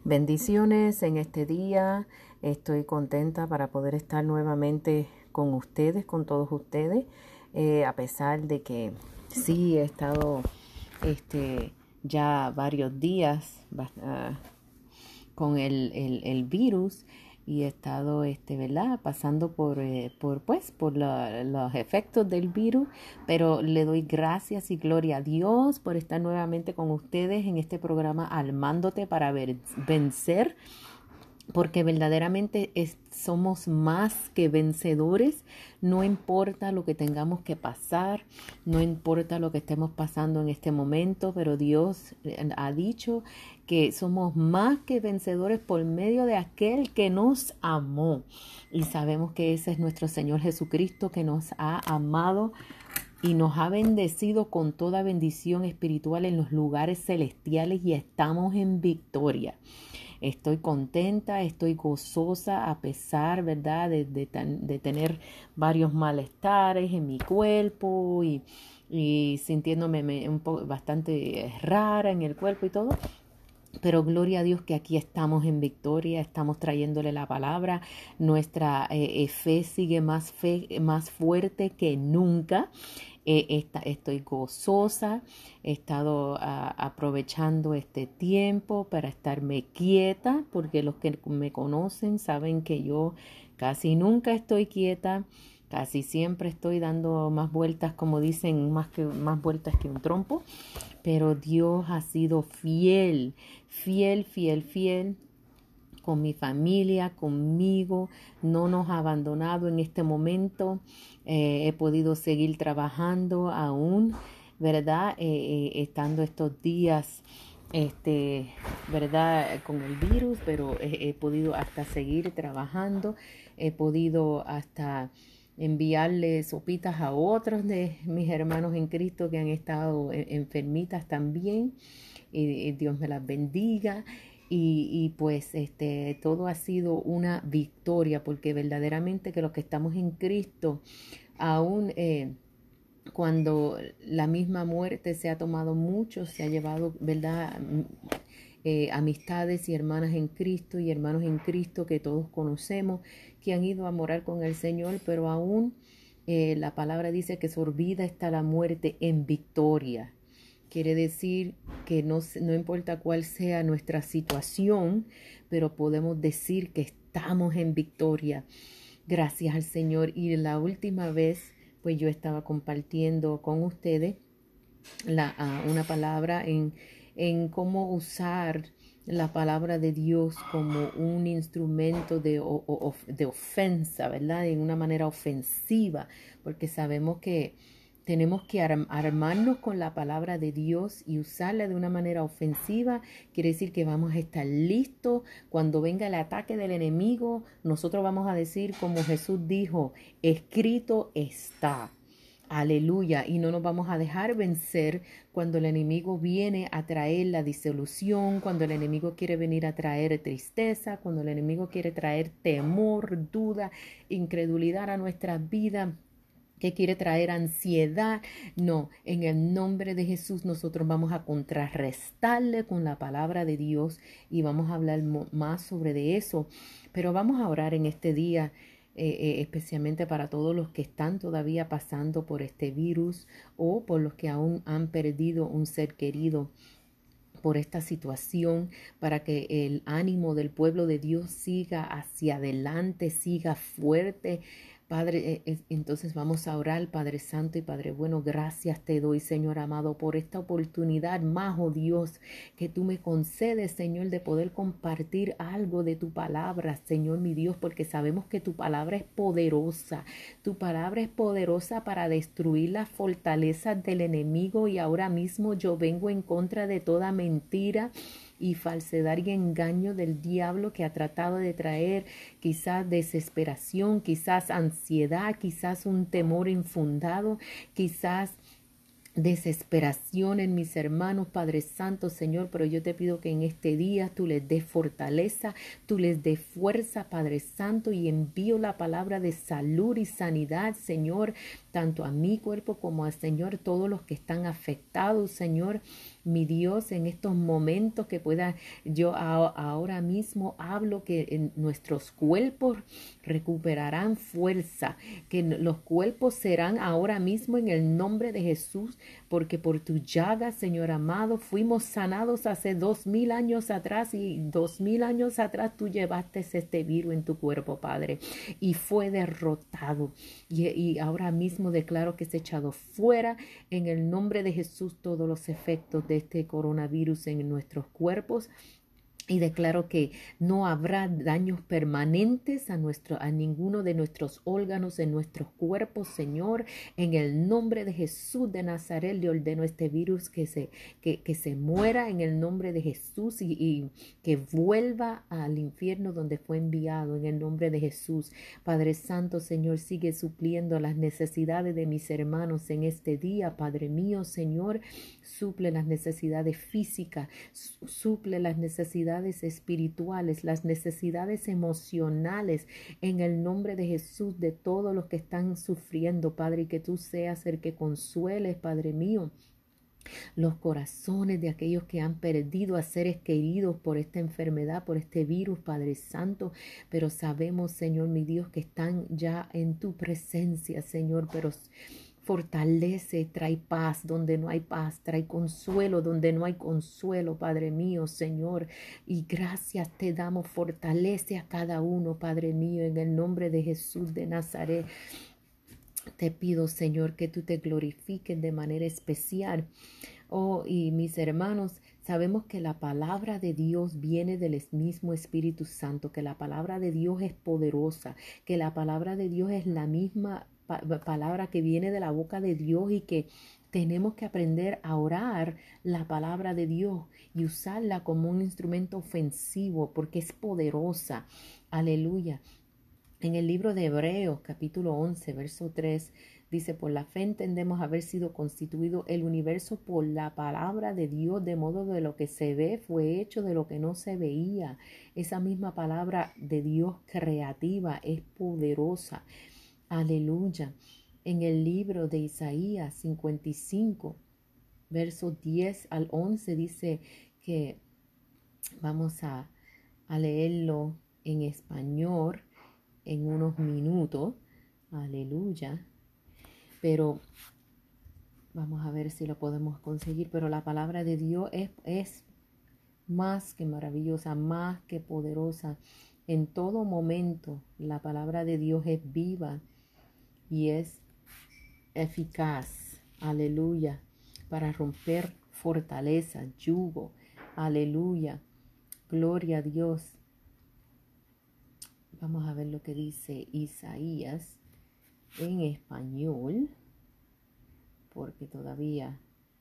Bendiciones en este día. Estoy contenta para poder estar nuevamente con ustedes, con todos ustedes, a pesar de que sí he estado ya varios días con el virus y he estado, ¿verdad? Pasando por los efectos del virus, pero le doy gracias y gloria a Dios por estar nuevamente con ustedes en este programa Armándote para vencer, porque verdaderamente somos más que vencedores. No importa lo que tengamos que pasar, no importa lo que estemos pasando en este momento, pero Dios ha dicho que somos más que vencedores por medio de aquel que nos amó. Y sabemos que ese es nuestro Señor Jesucristo, que nos ha amado y nos ha bendecido con toda bendición espiritual en los lugares celestiales, y estamos en victoria. Estoy contenta, estoy gozosa a pesar, ¿verdad?, de tener varios malestares en mi cuerpo y sintiéndome bastante rara en el cuerpo y todo. Pero gloria a Dios que aquí estamos en victoria, estamos trayéndole la palabra. Nuestra fe sigue más fuerte que nunca. Estoy gozosa, he estado aprovechando este tiempo para estarme quieta, porque los que me conocen saben que yo casi nunca estoy quieta. Casi siempre estoy dando más vueltas, como dicen, más vueltas que un trompo. Pero Dios ha sido fiel, fiel con mi familia, conmigo. No nos ha abandonado en este momento. He podido seguir trabajando aún, ¿verdad? Estando estos días, ¿verdad?, con el virus, pero he podido hasta seguir trabajando. He podido hasta enviarle sopitas a otros de mis hermanos en Cristo que han estado enfermitas también. Y Dios me las bendiga. Y pues todo ha sido una victoria, porque verdaderamente que los que estamos en Cristo, aún cuando la misma muerte se ha tomado mucho, se ha llevado, ¿verdad?, amistades y hermanas en Cristo y hermanos en Cristo que todos conocemos, que han ido a morar con el Señor, pero aún la palabra dice que sorbida está la muerte en victoria. Quiere decir que no importa cuál sea nuestra situación, pero podemos decir que estamos en victoria. Gracias al Señor. Y la última vez, pues yo estaba compartiendo con ustedes una palabra en cómo usar la palabra de Dios como un instrumento de ofensa, ¿verdad? En una manera ofensiva, porque sabemos que tenemos que armarnos con la palabra de Dios y usarla de una manera ofensiva. Quiere decir que vamos a estar listos cuando venga el ataque del enemigo. Nosotros vamos a decir, como Jesús dijo, escrito está. Aleluya. Y no nos vamos a dejar vencer cuando el enemigo viene a traer la disolución, cuando el enemigo quiere venir a traer tristeza, cuando el enemigo quiere traer temor, duda, incredulidad a nuestra vida, que quiere traer ansiedad. No, en el nombre de Jesús nosotros vamos a contrarrestarle con la palabra de Dios y vamos a hablar más sobre de eso. Pero vamos a orar en este día, especialmente para todos los que están todavía pasando por este virus o por los que aún han perdido un ser querido por esta situación, para que el ánimo del pueblo de Dios siga hacia adelante, siga fuerte. Padre, entonces vamos a orar. Padre Santo y Padre bueno, gracias te doy, Señor amado, por esta oportunidad más, oh Dios, que tú me concedes, Señor, de poder compartir algo de tu palabra, Señor mi Dios, porque sabemos que tu palabra es poderosa. Tu palabra es poderosa para destruir las fortalezas del enemigo, y ahora mismo yo vengo en contra de toda mentira y falsedad y engaño del diablo que ha tratado de traer quizás desesperación, quizás ansiedad, quizás un temor infundado, quizás desesperación en mis hermanos, Padre Santo, Señor, pero yo te pido que en este día tú les des fortaleza, tú les des fuerza, Padre Santo, y envío la palabra de salud y sanidad, Señor, tanto a mi cuerpo como al Señor, todos los que están afectados, Señor, mi Dios, en estos momentos que pueda, yo ahora mismo hablo que en nuestros cuerpos recuperarán fuerza, que los cuerpos serán ahora mismo en el nombre de Jesús, porque por tu llaga, Señor amado, fuimos sanados hace 2000 años atrás, y 2000 años atrás tú llevaste este virus en tu cuerpo, Padre, y fue derrotado. Y ahora mismo declaro que es echado fuera en el nombre de Jesús todos los efectos de este coronavirus en nuestros cuerpos. Y declaro que no habrá daños permanentes a ninguno de nuestros órganos, en nuestros cuerpos, Señor. En el nombre de Jesús de Nazaret, le ordeno este virus que se muera en el nombre de Jesús, y que vuelva al infierno donde fue enviado, en el nombre de Jesús. Padre Santo, Señor, sigue supliendo las necesidades de mis hermanos en este día. Padre mío, Señor, suple las necesidades físicas, suple las necesidades espirituales, las necesidades emocionales, en el nombre de Jesús, de todos los que están sufriendo, Padre, y que tú seas el que consueles, Padre mío, los corazones de aquellos que han perdido a seres queridos por esta enfermedad, por este virus, Padre Santo. Pero sabemos, Señor mi Dios, que están ya en tu presencia, Señor, pero fortalece, trae paz donde no hay paz, trae consuelo donde no hay consuelo, Padre mío, Señor. Y gracias te damos, fortalece a cada uno, Padre mío, en el nombre de Jesús de Nazaret. Te pido, Señor, que tú te glorifiques de manera especial. Oh, y mis hermanos, sabemos que la palabra de Dios viene del mismo Espíritu Santo, que la palabra de Dios es poderosa, que la palabra de Dios es la misma palabra que viene de la boca de Dios, y que tenemos que aprender a orar la palabra de Dios y usarla como un instrumento ofensivo, porque es poderosa. Aleluya. En el libro de Hebreos, capítulo 11, verso 3, dice: por la fe entendemos haber sido constituido el universo por la palabra de Dios, de modo de lo que se ve fue hecho de lo que no se veía. Esa misma palabra de Dios creativa es poderosa. Aleluya. En el libro de Isaías 55, versos 10 al 11, dice que vamos a leerlo en español en unos minutos. Aleluya. Pero vamos a ver si lo podemos conseguir. Pero la palabra de Dios es más que maravillosa, más que poderosa. En todo momento la palabra de Dios es viva y es eficaz. Aleluya. Para romper fortaleza, yugo. Aleluya. Gloria a Dios. Vamos a ver lo que dice Isaías en español, porque todavía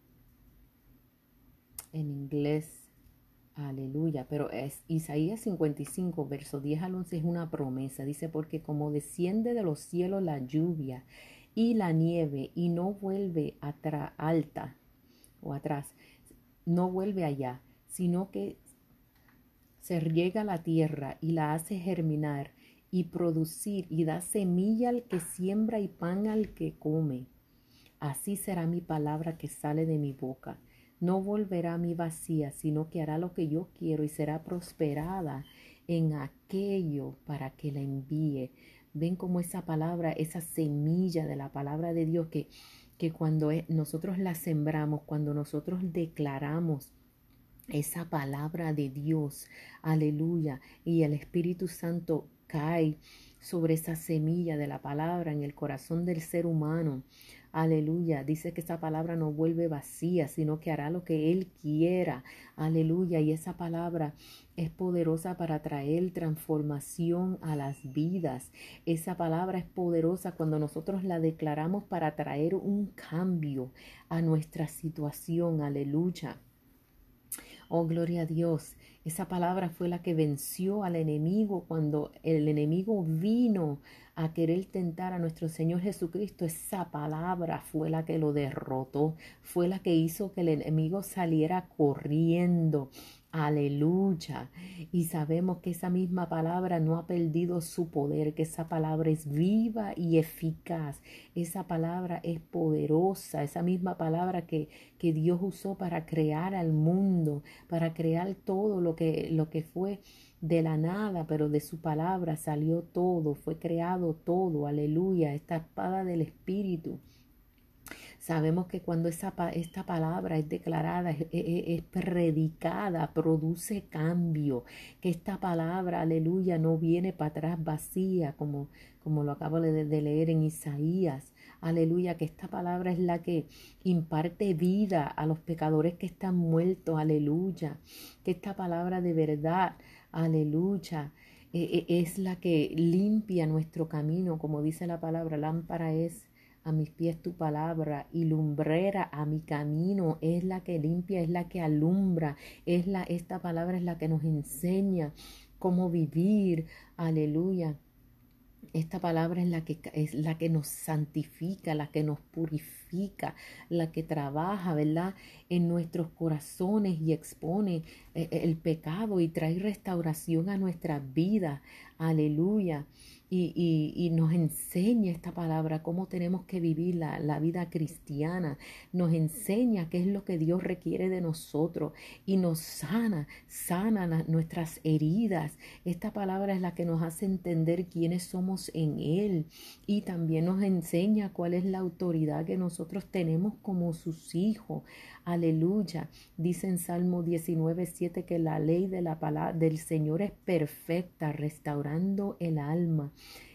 en inglés, aleluya, pero es Isaías 55, verso 10 al 11, es una promesa. Dice: porque como desciende de los cielos la lluvia y la nieve, y no vuelve alta o atrás, no vuelve allá, sino que se riega la tierra y la hace germinar y producir, y da semilla al que siembra y pan al que come. Así será mi palabra que sale de mi boca. No volverá a mí vacía, sino que hará lo que yo quiero, y será prosperada en aquello para que la envíe. Ven como esa palabra, esa semilla de la palabra de Dios, que cuando nosotros la sembramos, cuando nosotros declaramos esa palabra de Dios, aleluya, y el Espíritu Santo cae sobre esa semilla de la palabra en el corazón del ser humano. Aleluya. Dice que esa palabra no vuelve vacía, sino que hará lo que Él quiera. Aleluya. Y esa palabra es poderosa para traer transformación a las vidas. Esa palabra es poderosa cuando nosotros la declaramos para traer un cambio a nuestra situación. Aleluya. Oh, gloria a Dios. Esa palabra fue la que venció al enemigo cuando el enemigo vino a querer tentar a nuestro Señor Jesucristo. Esa palabra fue la que lo derrotó, fue la que hizo que el enemigo saliera corriendo. Aleluya. Y sabemos que esa misma palabra no ha perdido su poder, que esa palabra es viva y eficaz. Esa palabra es poderosa, esa misma palabra que Dios usó para crear al mundo, para crear todo lo que fue de la nada, pero de su palabra salió todo, fue creado todo. Aleluya. Esta espada del Espíritu. Sabemos que cuando esta palabra es declarada, es predicada, produce cambio. Que esta palabra, aleluya, no viene para atrás vacía, como lo acabo de leer en Isaías. Aleluya, que esta palabra es la que imparte vida a los pecadores que están muertos. Aleluya, que esta palabra de verdad, aleluya, es la que limpia nuestro camino, como dice la palabra, lámpara es a mis pies tu palabra y lumbrera a mi camino. Es la que limpia, es la que alumbra, esta palabra es la que nos enseña cómo vivir. Aleluya. Esta palabra es la que nos santifica, la que nos purifica, la que trabaja, ¿verdad? En nuestros corazones y expone el pecado y trae restauración a nuestras vidas. Aleluya. Y nos enseña esta palabra cómo tenemos que vivir la vida cristiana. Nos enseña qué es lo que Dios requiere de nosotros y nos sana nuestras heridas. Esta palabra es la que nos hace entender quiénes somos en Él y también nos enseña cuál es la autoridad que nosotros tenemos como sus hijos. Aleluya. Dice en Salmo 19:7 que la ley de la palabra del Señor es perfecta, restaurando el alma.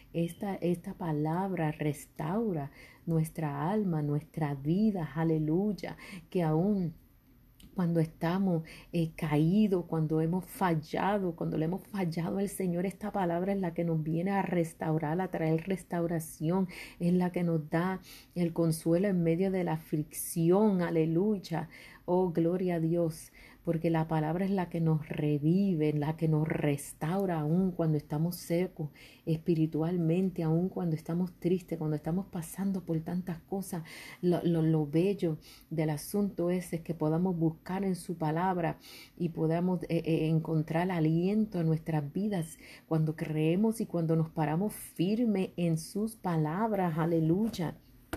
Esta palabra restaura nuestra alma, nuestra vida. Aleluya. Que aún cuando estamos caídos, cuando hemos fallado, cuando le hemos fallado al Señor, esta palabra es la que nos viene a restaurar, a traer restauración, es la que nos da el consuelo en medio de la aflicción. Aleluya. Oh, gloria a Dios, porque la palabra es la que nos revive, la que nos restaura aún cuando estamos secos espiritualmente, aún cuando estamos tristes, cuando estamos pasando por tantas cosas. Lo bello del asunto es que podamos buscar en su palabra y podamos encontrar aliento en nuestras vidas cuando creemos y cuando nos paramos firme en sus palabras. Aleluya.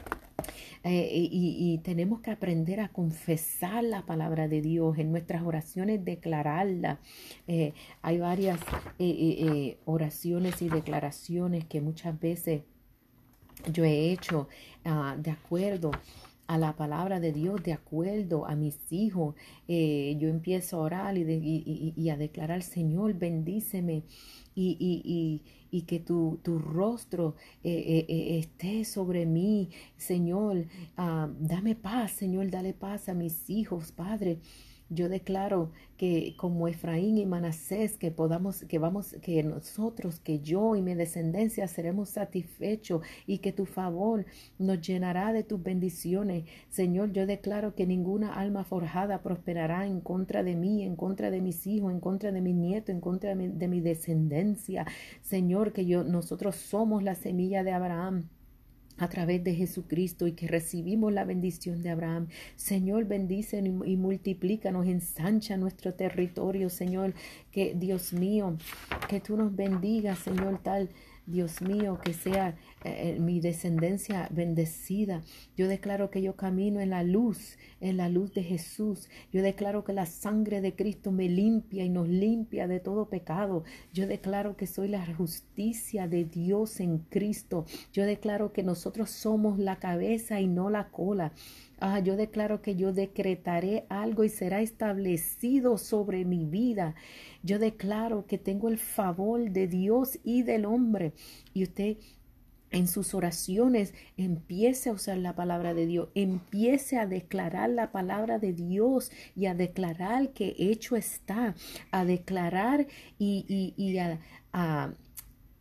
Y tenemos que aprender a confesar la palabra de Dios en nuestras oraciones, declararla. Hay varias oraciones y declaraciones que muchas veces yo he hecho de acuerdo a la palabra de Dios, de acuerdo a mis hijos. Yo empiezo a orar y a declarar: Señor, bendíceme y que tu rostro esté sobre mí, Señor. Dame paz, Señor, dale paz a mis hijos, Padre. Yo declaro que como Efraín y Manasés, que nosotros, que yo y mi descendencia seremos satisfechos y que tu favor nos llenará de tus bendiciones. Señor, yo declaro que ninguna alma forjada prosperará en contra de mí, en contra de mis hijos, en contra de mis nietos, en contra de mi descendencia. Señor, que nosotros somos la semilla de Abraham a través de Jesucristo y que recibimos la bendición de Abraham. Señor, bendícenos y multiplícanos, ensancha nuestro territorio, Señor, que Dios mío, que tú nos bendigas, Señor, tal Dios mío, que sea mi descendencia bendecida. Yo declaro que yo camino en la luz de Jesús. Yo declaro que la sangre de Cristo me limpia y nos limpia de todo pecado. Yo declaro que soy la justicia de Dios en Cristo. Yo declaro que nosotros somos la cabeza y no la cola. Yo declaro que yo decretaré algo y será establecido sobre mi vida. Yo declaro que tengo el favor de Dios y del hombre. Y usted en sus oraciones empiece a usar la palabra de Dios, empiece a declarar la palabra de Dios y a declarar que hecho está, a declarar y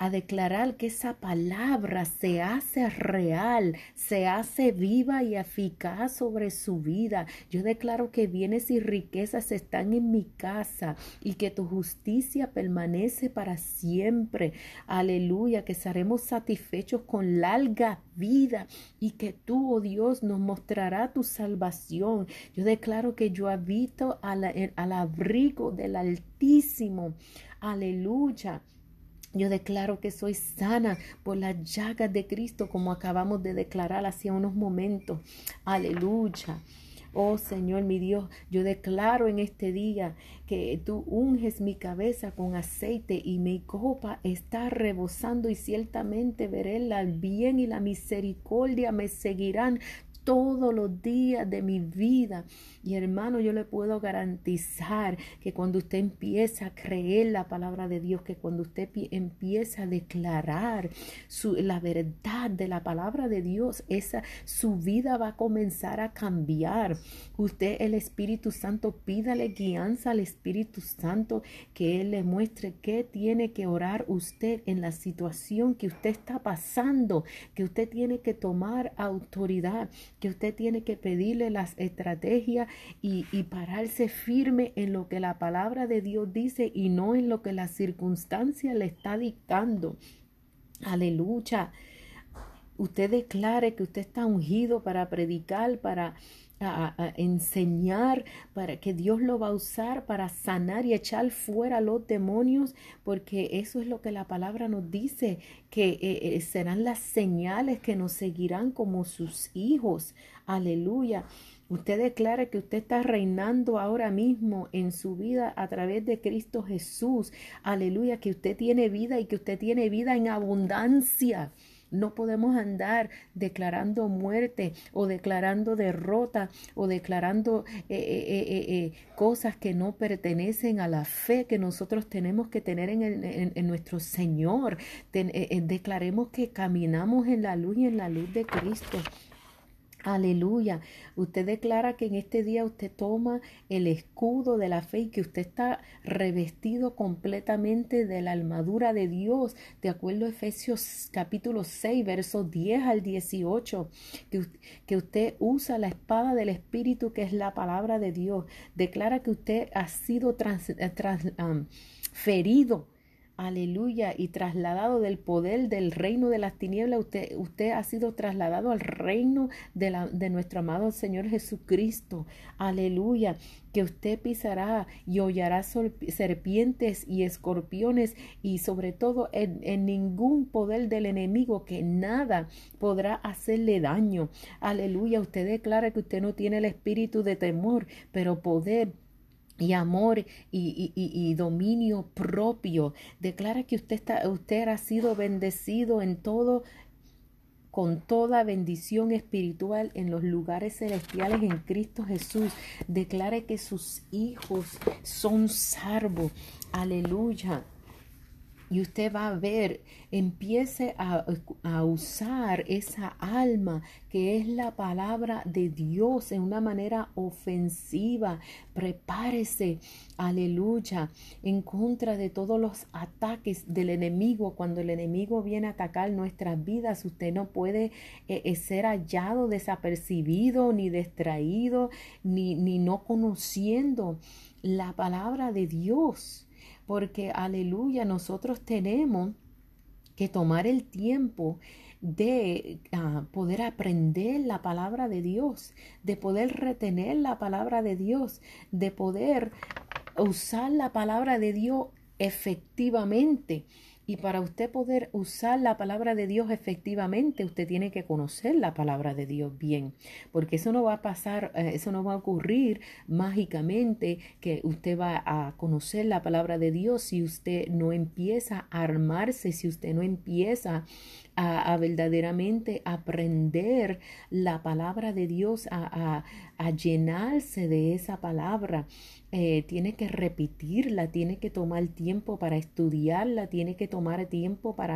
a declarar que esa palabra se hace real, se hace viva y eficaz sobre su vida. Yo declaro que bienes y riquezas están en mi casa y que tu justicia permanece para siempre. Aleluya, que seremos satisfechos con larga vida y que tú, oh Dios, nos mostrará tu salvación. Yo declaro que yo habito al abrigo del Altísimo. Aleluya. Yo declaro que soy sana por las llagas de Cristo, como acabamos de declarar hace unos momentos. Aleluya. Oh Señor, mi Dios, yo declaro en este día que tú unges mi cabeza con aceite y mi copa está rebosando y ciertamente veré el bien y la misericordia me seguirán todos los días de mi vida. Y hermano, yo le puedo garantizar que cuando usted empieza a creer la palabra de Dios, que cuando usted empieza a declarar la verdad de la palabra de Dios, su vida va a comenzar a cambiar. Usted, el Espíritu Santo, pídale guianza al Espíritu Santo, que Él le muestre qué tiene que orar usted en la situación que usted está pasando, que usted tiene que tomar autoridad, que usted tiene que pedirle las estrategias y pararse firme en lo que la palabra de Dios dice y no en lo que la circunstancia le está dictando. Aleluya. Usted declare que usted está ungido para predicar, para a enseñar, para que Dios lo va a usar para sanar y echar fuera los demonios, porque eso es lo que la palabra nos dice, que serán las señales que nos seguirán como sus hijos. Aleluya. Usted declara que usted está reinando ahora mismo en su vida a través de Cristo Jesús. Aleluya, que usted tiene vida y que usted tiene vida en abundancia. No podemos andar declarando muerte o declarando derrota o declarando cosas que no pertenecen a la fe que nosotros tenemos que tener en nuestro Señor. Declaremos que caminamos en la luz y en la luz de Cristo. Aleluya. Usted declara que en este día usted toma el escudo de la fe y que usted está revestido completamente de la armadura de Dios, de acuerdo a Efesios capítulo 6, versos 10 al 18, que usted usa la espada del Espíritu, que es la palabra de Dios. Declara que usted ha sido ferido. Aleluya, y trasladado del poder del reino de las tinieblas, usted ha sido trasladado al reino de nuestro amado Señor Jesucristo. Aleluya, que usted pisará y hollará serpientes y escorpiones y sobre todo en ningún poder del enemigo, que nada podrá hacerle daño. Aleluya, usted declara que usted no tiene el espíritu de temor, pero poder y amor y dominio propio. Declara que usted ha sido bendecido en todo, con toda bendición espiritual en los lugares celestiales en Cristo Jesús. Declare que sus hijos son salvos. Aleluya. Y usted va a ver, empiece a usar esa alma que es la palabra de Dios en una manera ofensiva. Prepárese, aleluya, en contra de todos los ataques del enemigo. Cuando el enemigo viene a atacar nuestras vidas, usted no puede ser hallado desapercibido, ni distraído, ni no conociendo la palabra de Dios. Porque, aleluya, nosotros tenemos que tomar el tiempo de poder aprender la palabra de Dios, de poder retener la palabra de Dios, de poder usar la palabra de Dios efectivamente. Y para usted poder usar la palabra de Dios efectivamente, usted tiene que conocer la palabra de Dios bien, porque eso no va a pasar, eso no va a ocurrir mágicamente, que usted va a conocer la palabra de Dios si usted no empieza a armarse, si usted no empieza a verdaderamente aprender la palabra de Dios, a llenarse de esa palabra. Tiene que repetirla, tiene que tomar tiempo para estudiarla, tiene que tomar tiempo para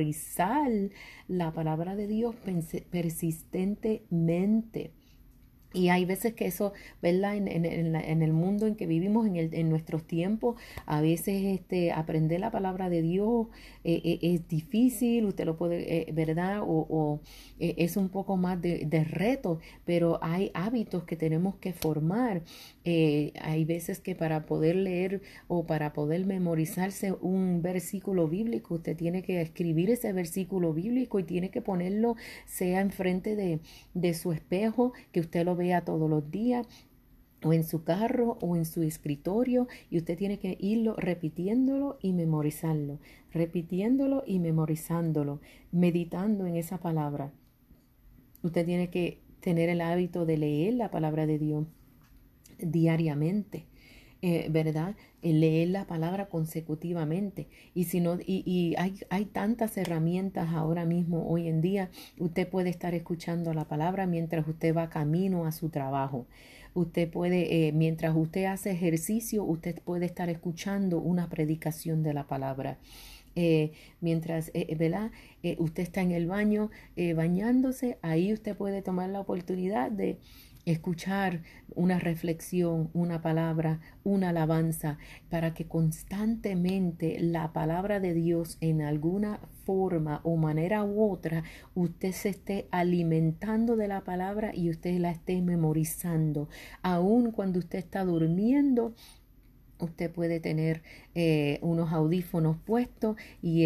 memorizar la palabra de Dios persistentemente. Y hay veces que eso, ¿verdad? En el mundo en que vivimos, en nuestros tiempos, a veces aprender la palabra de Dios es difícil, usted lo puede, ¿verdad? Es un poco más de reto, pero hay hábitos que tenemos que formar. Hay veces que para poder leer o para poder memorizarse un versículo bíblico, usted tiene que escribir ese versículo bíblico y tiene que ponerlo, sea enfrente de su espejo, que usted lo vea todos los días, o en su carro o en su escritorio, y usted tiene que irlo repitiéndolo y memorizarlo, repitiéndolo y memorizándolo, meditando en esa palabra. Usted tiene que tener el hábito de leer la palabra de Dios diariamente. ¿Verdad? Leer la palabra consecutivamente. Y si no, hay tantas herramientas ahora mismo, hoy en día, usted puede estar escuchando la palabra mientras usted va camino a su trabajo. Usted puede, mientras usted hace ejercicio, usted puede estar escuchando una predicación de la palabra. Mientras, ¿verdad? Usted está en el baño bañándose, ahí usted puede tomar la oportunidad de escuchar una reflexión, una palabra, una alabanza, para que constantemente la palabra de Dios en alguna forma o manera u otra, usted se esté alimentando de la palabra y usted la esté memorizando. Aun cuando usted está durmiendo, usted puede tener unos audífonos puestos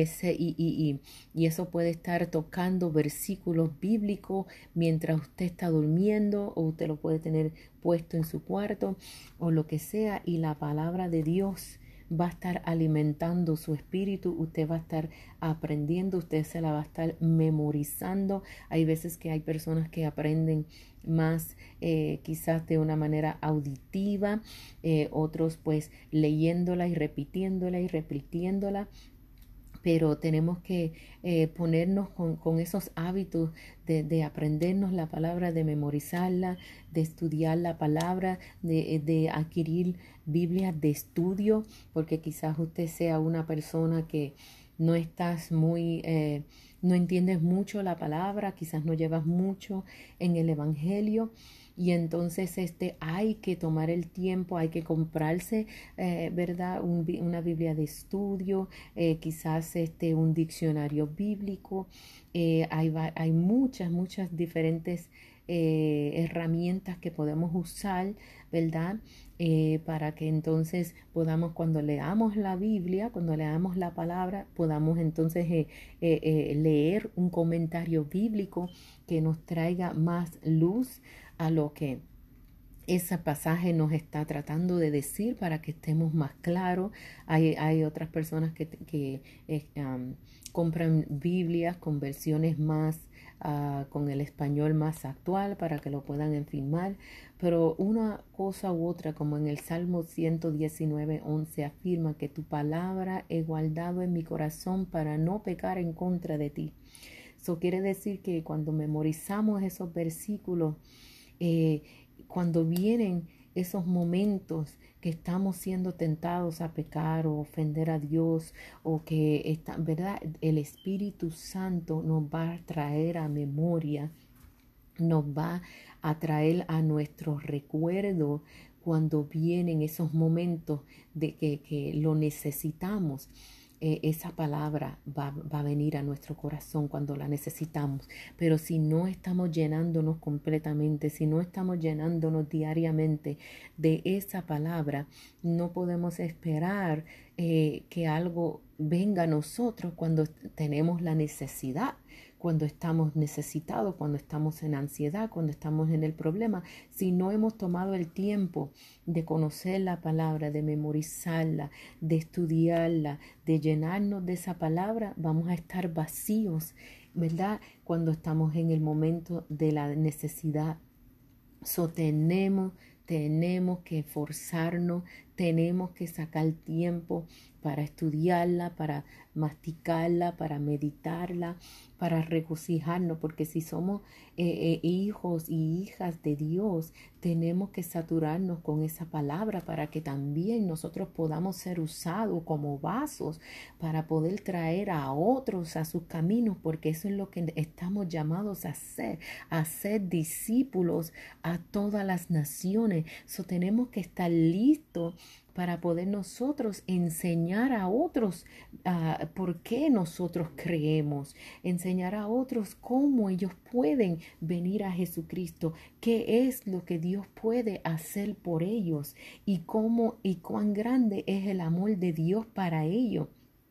y eso puede estar tocando versículos bíblicos mientras usted está durmiendo, o usted lo puede tener puesto en su cuarto o lo que sea, y la palabra de Dios va a estar alimentando su espíritu, usted va a estar aprendiendo, usted se la va a estar memorizando. Hay veces que hay personas que aprenden más quizás de una manera auditiva, otros pues leyéndola y repitiéndola, pero tenemos que ponernos con esos hábitos de aprendernos la palabra, de memorizarla, de estudiar la palabra, de adquirir Biblias de estudio, porque quizás usted sea una persona que no estás muy, no entiendes mucho la palabra, quizás no llevas mucho en el Evangelio. Y entonces hay que tomar el tiempo, hay que comprarse, ¿verdad? Una Biblia de estudio, quizás un diccionario bíblico. Hay muchas diferentes herramientas que podemos usar, ¿verdad? Para que entonces podamos, cuando leamos la Biblia, cuando leamos la palabra, podamos entonces leer un comentario bíblico que nos traiga más luz a lo que ese pasaje nos está tratando de decir, para que estemos más claros. Hay otras personas que compran Biblias con versiones más, con el español más actual, para que lo puedan enfirmar. Pero una cosa u otra, como en el Salmo 119:11 afirma que tu palabra he guardado en mi corazón para no pecar en contra de ti. Eso quiere decir que cuando memorizamos esos versículos, eh, cuando vienen esos momentos que estamos siendo tentados a pecar o ofender a Dios, o que está, ¿verdad? El Espíritu Santo nos va a traer a memoria, nos va a traer a nuestro recuerdo cuando vienen esos momentos de que lo necesitamos. Esa palabra va a venir a nuestro corazón cuando la necesitamos. Pero si no estamos llenándonos completamente, si no estamos llenándonos diariamente de esa palabra, no podemos esperar que algo venga a nosotros cuando tenemos la necesidad, cuando estamos necesitados, cuando estamos en ansiedad, cuando estamos en el problema. Si no hemos tomado el tiempo de conocer la palabra, de memorizarla, de estudiarla, de llenarnos de esa palabra, vamos a estar vacíos, ¿verdad? Cuando estamos en el momento de la necesidad. So, tenemos que esforzarnos, tenemos que sacar tiempo para estudiarla, para masticarla, para meditarla, para regocijarnos, porque si somos hijos y hijas de Dios, tenemos que saturarnos con esa palabra para que también nosotros podamos ser usados como vasos para poder traer a otros a sus caminos, porque eso es lo que estamos llamados a ser discípulos a todas las naciones. So, tenemos que estar listos para poder nosotros enseñar a otros por qué nosotros creemos, enseñar a otros cómo ellos pueden venir a Jesucristo, qué es lo que Dios puede hacer por ellos y cómo y cuán grande es el amor de Dios para ellos.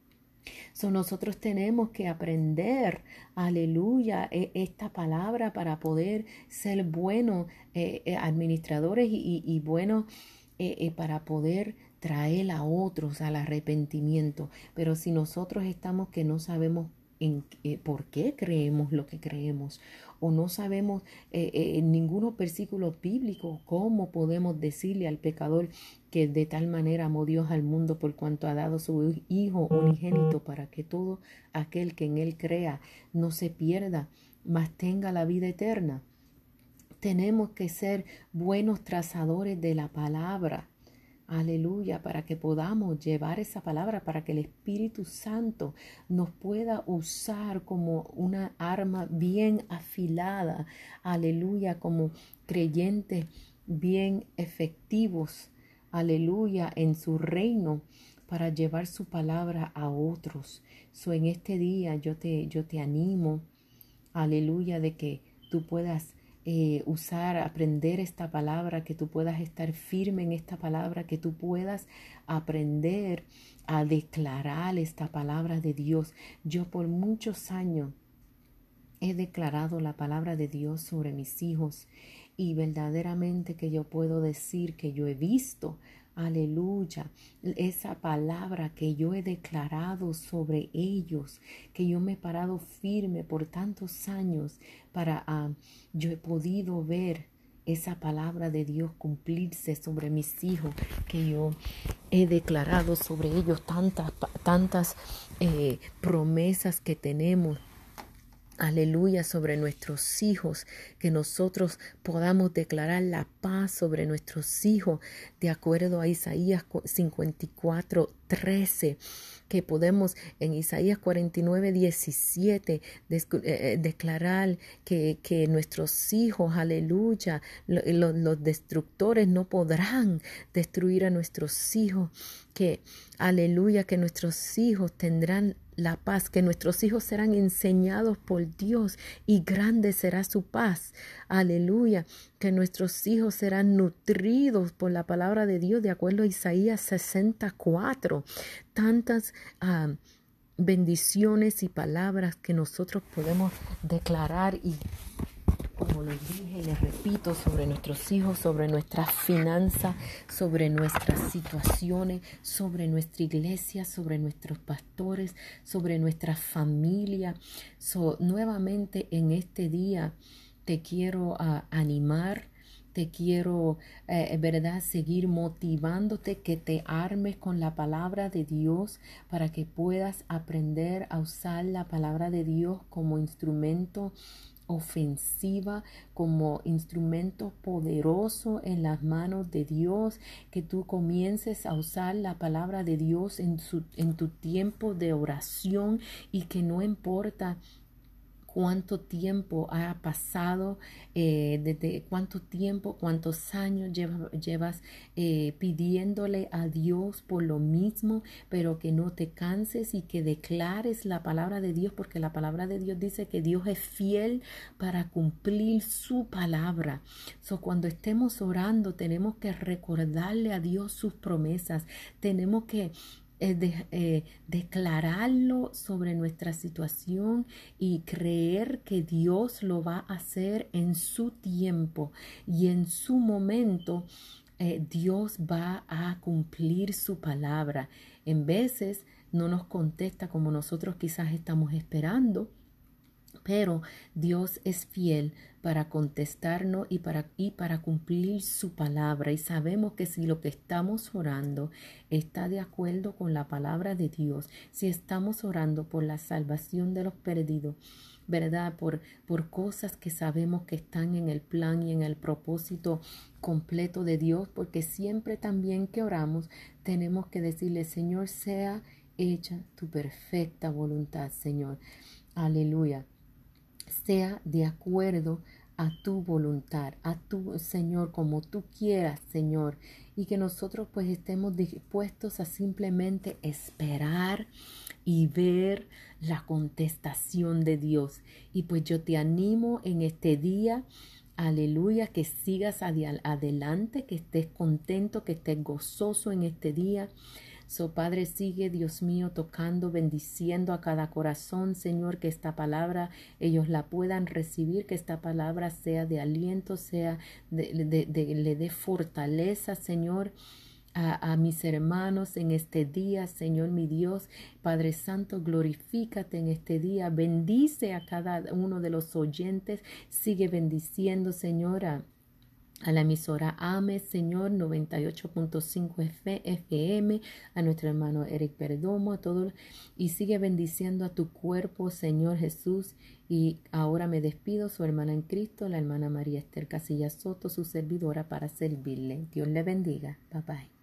So, nosotros tenemos que aprender, aleluya, esta palabra para poder ser buenos administradores y buenos para poder traer a otros al arrepentimiento. Pero si nosotros estamos que no sabemos por qué creemos lo que creemos o no sabemos en ninguno versículo bíblico cómo podemos decirle al pecador que de tal manera amó Dios al mundo por cuanto ha dado su Hijo unigénito para que todo aquel que en él crea no se pierda, mas tenga la vida eterna. Tenemos que ser buenos trazadores de la palabra. Aleluya, para que podamos llevar esa palabra, para que el Espíritu Santo nos pueda usar como una arma bien afilada. Aleluya, como creyentes bien efectivos. Aleluya, en su reino para llevar su palabra a otros. So, en este día yo te animo, aleluya, de que tú puedas aprender esta palabra, que tú puedas estar firme en esta palabra, que tú puedas aprender a declarar esta palabra de Dios. Yo por muchos años he declarado la palabra de Dios sobre mis hijos y verdaderamente que yo puedo decir que yo he visto, aleluya, esa palabra que yo he declarado sobre ellos, que yo me he parado firme por tantos años yo he podido ver esa palabra de Dios cumplirse sobre mis hijos, que yo he declarado sobre ellos tantas promesas que tenemos. Aleluya, sobre nuestros hijos, que nosotros podamos declarar la paz sobre nuestros hijos, de acuerdo a Isaías 54:13, que podemos en Isaías 49:17 declarar que nuestros hijos, aleluya, los destructores no podrán destruir a nuestros hijos, que aleluya, que nuestros hijos tendrán la paz, que nuestros hijos serán enseñados por Dios y grande será su paz. Aleluya, que nuestros hijos serán nutridos por la palabra de Dios, de acuerdo a Isaías 64. Tantas bendiciones y palabras que nosotros podemos declarar y como les dije, les repito, sobre nuestros hijos, sobre nuestras finanzas, sobre nuestras situaciones, sobre nuestra iglesia, sobre nuestros pastores, sobre nuestra familia. Nuevamente en este día te quiero animar. Te quiero, ¿verdad?, seguir motivándote, que te armes con la palabra de Dios para que puedas aprender a usar la palabra de Dios como instrumento ofensiva, como instrumento poderoso en las manos de Dios, que tú comiences a usar la palabra de Dios en tu tiempo de oración y que no importa cuánto tiempo ha pasado, desde cuánto tiempo, cuántos años llevas pidiéndole a Dios por lo mismo, pero que no te canses y que declares la palabra de Dios, porque la palabra de Dios dice que Dios es fiel para cumplir su palabra. Cuando estemos orando, tenemos que recordarle a Dios sus promesas, tenemos que declararlo sobre nuestra situación y creer que Dios lo va a hacer en su tiempo y en su momento. Dios va a cumplir su palabra. En veces no nos contesta como nosotros quizás estamos esperando, Pero Dios es fiel para contestarnos y para cumplir su palabra. Y sabemos que si lo que estamos orando está de acuerdo con la palabra de Dios, si estamos orando por la salvación de los perdidos, ¿verdad? Por cosas que sabemos que están en el plan y en el propósito completo de Dios, porque siempre también que oramos tenemos que decirle, Señor, sea hecha tu perfecta voluntad, Señor. Aleluya. Sea de acuerdo a tu voluntad, a tu Señor, como tú quieras, Señor, y que nosotros pues estemos dispuestos a simplemente esperar y ver la contestación de Dios. Y pues yo te animo en este día, aleluya, que sigas adelante, que estés contento, que estés gozoso en este día. Padre, sigue, Dios mío, tocando, bendiciendo a cada corazón, Señor, que esta palabra ellos la puedan recibir, que esta palabra sea de aliento, sea le dé fortaleza, Señor. A mis hermanos en este día, Señor mi Dios, Padre Santo, glorifícate en este día, bendice a cada uno de los oyentes, sigue bendiciendo, Señora, a la emisora AME, Señor, 98.5 FM, a nuestro hermano Eric Perdomo, a todos, y sigue bendiciendo a tu cuerpo, Señor Jesús. Y ahora me despido, su hermana en Cristo, la hermana María Esther Casillas Soto, su servidora, para servirle. Dios le bendiga. Bye bye.